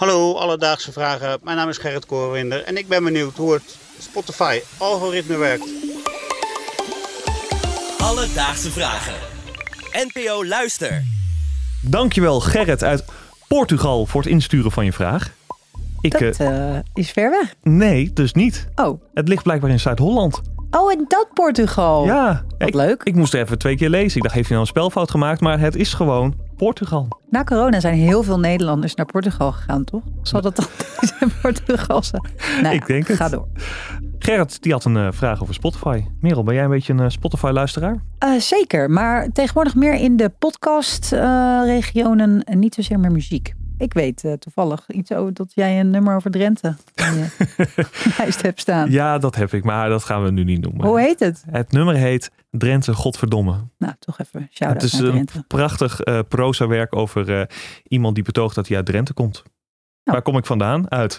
Hallo, alledaagse vragen. Mijn naam is Gerrit Korenwinder en ik ben benieuwd hoe het Spotify-algoritme werkt. Alledaagse vragen. NPO Luister. Dankjewel Gerrit uit Portugal voor het insturen van je vraag. Dat is ver weg. Nee, dus niet. Oh. Het ligt blijkbaar in Zuid-Holland. Oh, en dat Portugal. Ja. Wat leuk. Ik moest er even 2 keer lezen. Ik dacht, heeft hij nou een spelfout gemaakt? Maar het is gewoon Portugal. Na corona zijn heel veel Nederlanders naar Portugal gegaan, toch? Zal dat dan in Portugal zijn? Nou, Ik denk het. Ga door. Gerrit, die had een vraag over Spotify. Merel, ben jij een beetje een Spotify-luisteraar? Zeker, maar tegenwoordig meer in de podcast-regionen en niet zozeer meer muziek. Ik weet toevallig iets over dat jij een nummer over Drenthe in je lijst hebt staan. Ja, dat heb ik, maar dat gaan we nu niet noemen. Hoe heet het? Het nummer heet Drenthe Godverdomme. Nou, toch even shout-out Het is naar een Drenthe. prachtig proza-werk over iemand die betoogt dat hij uit Drenthe komt. Waar kom ik vandaan? Uit.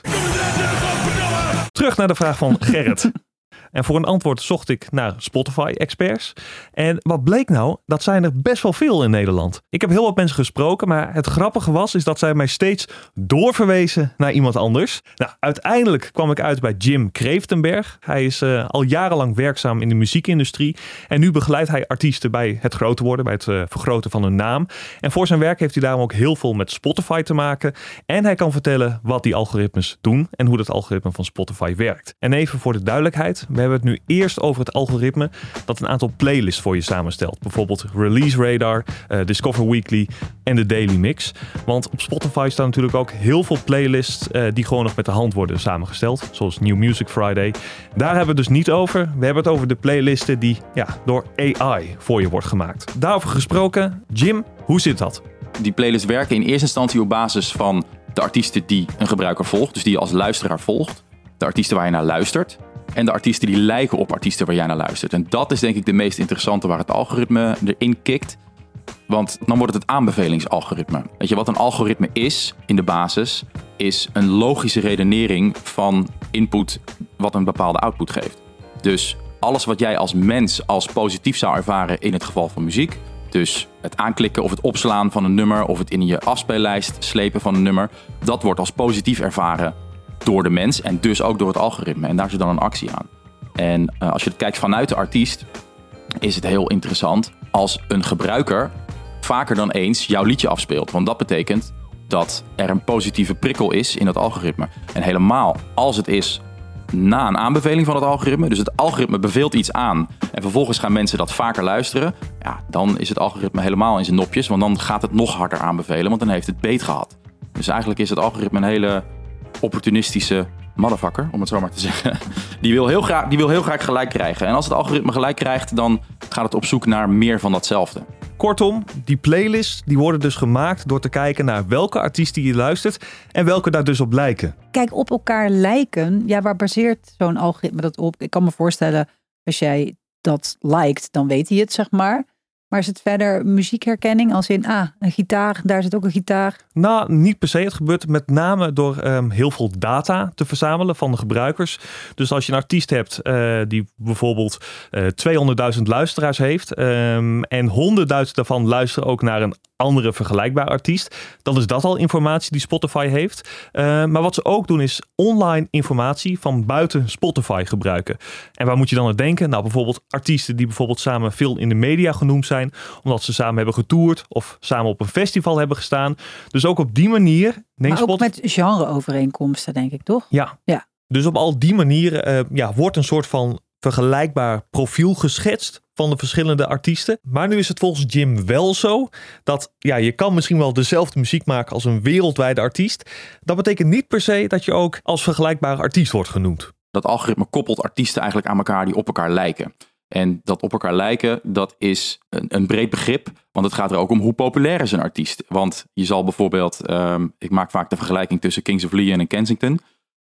Terug naar de vraag van Gerrit. En voor een antwoord zocht ik naar Spotify-experts. En wat bleek nou? Dat zijn er best wel veel in Nederland. Ik heb heel wat mensen gesproken, maar het grappige is dat zij mij steeds doorverwezen naar iemand anders. Nou, uiteindelijk kwam ik uit bij Jim Kreeftenberg. Hij is al jarenlang werkzaam in de muziekindustrie. En nu begeleidt hij artiesten bij het groter worden, bij het vergroten van hun naam. En voor zijn werk heeft hij daarom ook heel veel met Spotify te maken. En hij kan vertellen wat die algoritmes doen en hoe dat algoritme van Spotify werkt. En even voor de duidelijkheid, we hebben het nu eerst over het algoritme dat een aantal playlists voor je samenstelt. Bijvoorbeeld Release Radar, Discover Weekly en de Daily Mix. Want op Spotify staan natuurlijk ook heel veel playlists die gewoon nog met de hand worden samengesteld. Zoals New Music Friday. Daar hebben we het dus niet over. We hebben het over de playlisten die door AI voor je wordt gemaakt. Daarover gesproken, Jim, hoe zit dat? Die playlists werken in eerste instantie op basis van de artiesten die een gebruiker volgt. Dus die je als luisteraar volgt. De artiesten waar je naar luistert. En de artiesten die lijken op artiesten waar jij naar luistert. En dat is denk ik de meest interessante waar het algoritme erin kikt. Want dan wordt het aanbevelingsalgoritme. Weet je wat een algoritme is in de basis? Is een logische redenering van input wat een bepaalde output geeft. Dus alles wat jij als mens als positief zou ervaren in het geval van muziek. Dus het aanklikken of het opslaan van een nummer of het in je afspeellijst slepen van een nummer. Dat wordt als positief ervaren door de mens en dus ook door het algoritme. En daar zit dan een actie aan. En als je het kijkt vanuit de artiest, is het heel interessant als een gebruiker vaker dan eens jouw liedje afspeelt. Want dat betekent dat er een positieve prikkel is in het algoritme. En helemaal als het is na een aanbeveling van het algoritme. Dus het algoritme beveelt iets aan en vervolgens gaan mensen dat vaker luisteren. Ja, dan is het algoritme helemaal in zijn nopjes. Want dan gaat het nog harder aanbevelen, want dan heeft het beet gehad. Dus eigenlijk is het algoritme een hele opportunistische motherfucker, om het zo maar te zeggen. Die wil heel graag gelijk krijgen. En als het algoritme gelijk krijgt, dan gaat het op zoek naar meer van datzelfde. Kortom, die playlists die worden dus gemaakt door te kijken naar welke artiesten je luistert en welke daar dus op lijken. Kijk, op elkaar lijken. Ja, waar baseert zo'n algoritme dat op? Ik kan me voorstellen, als jij dat liked, dan weet hij het, zeg maar. Maar is het verder muziekherkenning als in, een gitaar, daar zit ook een gitaar? Nou, niet per se. Het gebeurt met name door heel veel data te verzamelen van de gebruikers. Dus als je een artiest hebt die bijvoorbeeld 200.000 luisteraars heeft en 100.000 daarvan luisteren ook naar een andere vergelijkbare artiest, dan is dat al informatie die Spotify heeft. Maar wat ze ook doen is online informatie van buiten Spotify gebruiken. En waar moet je dan aan denken? Nou, bijvoorbeeld artiesten die bijvoorbeeld samen veel in de media genoemd zijn, omdat ze samen hebben getoerd of samen op een festival hebben gestaan. Dus ook op die manier neemt Maar ook Spotify met genreovereenkomsten, denk ik, toch? Ja. Ja. Dus op al die manieren wordt een soort van vergelijkbaar profiel geschetst van de verschillende artiesten. Maar nu is het volgens Jim wel zo dat je kan misschien wel dezelfde muziek maken als een wereldwijde artiest. Dat betekent niet per se dat je ook als vergelijkbare artiest wordt genoemd. Dat algoritme koppelt artiesten eigenlijk aan elkaar die op elkaar lijken. En dat op elkaar lijken, dat is een breed begrip. Want het gaat er ook om hoe populair is een artiest. Want je zal bijvoorbeeld, ik maak vaak de vergelijking tussen Kings of Leon en Kensington.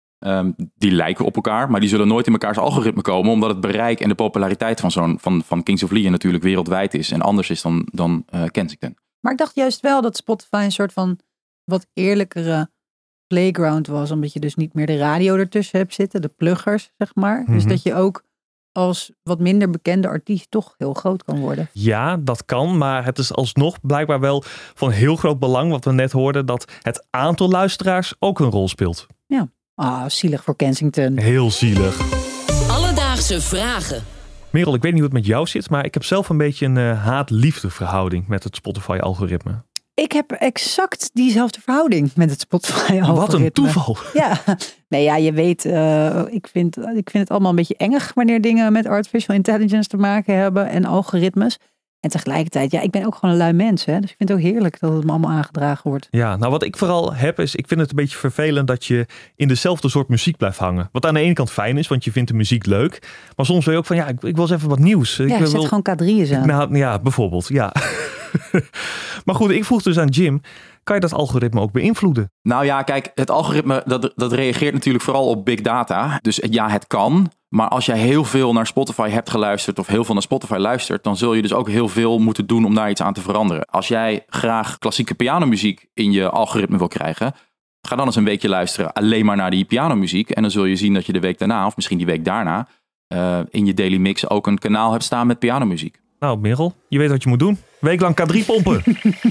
Die lijken op elkaar, maar die zullen nooit in mekaars algoritme komen. Omdat het bereik en de populariteit van Kings of Leon natuurlijk wereldwijd is. En anders is dan Kensington. Maar ik dacht juist wel dat Spotify een soort van wat eerlijkere playground was. Omdat je dus niet meer de radio ertussen hebt zitten. De pluggers, zeg maar. Dus dat je ook als wat minder bekende artiest toch heel groot kan worden. Ja, dat kan, maar het is alsnog blijkbaar wel van heel groot belang, wat we net hoorden, dat het aantal luisteraars ook een rol speelt. Ja, zielig voor Kensington. Heel zielig. Alledaagse vragen. Merel, ik weet niet hoe het met jou zit, maar ik heb zelf een beetje een haat-liefde verhouding met het Spotify-algoritme. Ik heb exact diezelfde verhouding met het Spotify-algoritme. Wat een toeval. Ja, nee, ja, je weet, ik vind het allemaal een beetje engig wanneer dingen met artificial intelligence te maken hebben en algoritmes. En tegelijkertijd, ja, ik ben ook gewoon een lui mens, hè, dus ik vind het ook heerlijk dat het me allemaal aangedragen wordt. Ja, nou wat ik vooral heb is, ik vind het een beetje vervelend dat je in dezelfde soort muziek blijft hangen. Wat aan de ene kant fijn is, want je vindt de muziek leuk. Maar soms wil je ook van, ja, ik wil eens even wat nieuws. Ja, zet gewoon K3's aan. Nou, ja, bijvoorbeeld, ja. Maar goed, ik vroeg dus aan Jim, kan je dat algoritme ook beïnvloeden? Nou ja, kijk, het algoritme dat reageert natuurlijk vooral op big data. Dus ja, het kan. Maar als jij heel veel naar Spotify hebt geluisterd of heel veel naar Spotify luistert, dan zul je dus ook heel veel moeten doen om daar iets aan te veranderen. Als jij graag klassieke pianomuziek in je algoritme wil krijgen, ga dan eens een weekje luisteren alleen maar naar die pianomuziek. En dan zul je zien dat je de week daarna, of misschien die week daarna, in je daily mix ook een kanaal hebt staan met pianomuziek. Nou, Merel, je weet wat je moet doen. Weeklang K3 pompen.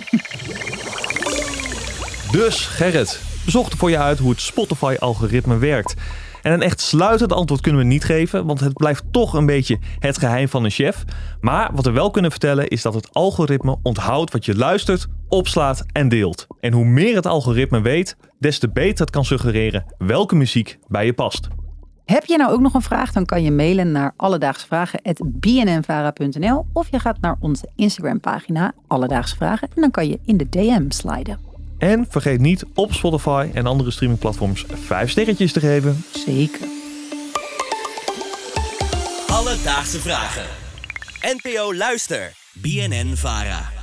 Dus, Gerrit, we zochten voor je uit hoe het Spotify-algoritme werkt. En een echt sluitend antwoord kunnen we niet geven, want het blijft toch een beetje het geheim van een chef. Maar wat we wel kunnen vertellen is dat het algoritme onthoudt wat je luistert, opslaat en deelt. En hoe meer het algoritme weet, des te beter het kan suggereren welke muziek bij je past. Heb je nou ook nog een vraag, dan kan je mailen naar alledaagsvragen@bnnvara.nl of je gaat naar onze Instagram-pagina Alledaagse Vragen en dan kan je in de DM sliden. En vergeet niet op Spotify en andere streamingplatforms 5 sterretjes te geven. Zeker. Alledaagse Vragen. NPO Luister. BNN Vara.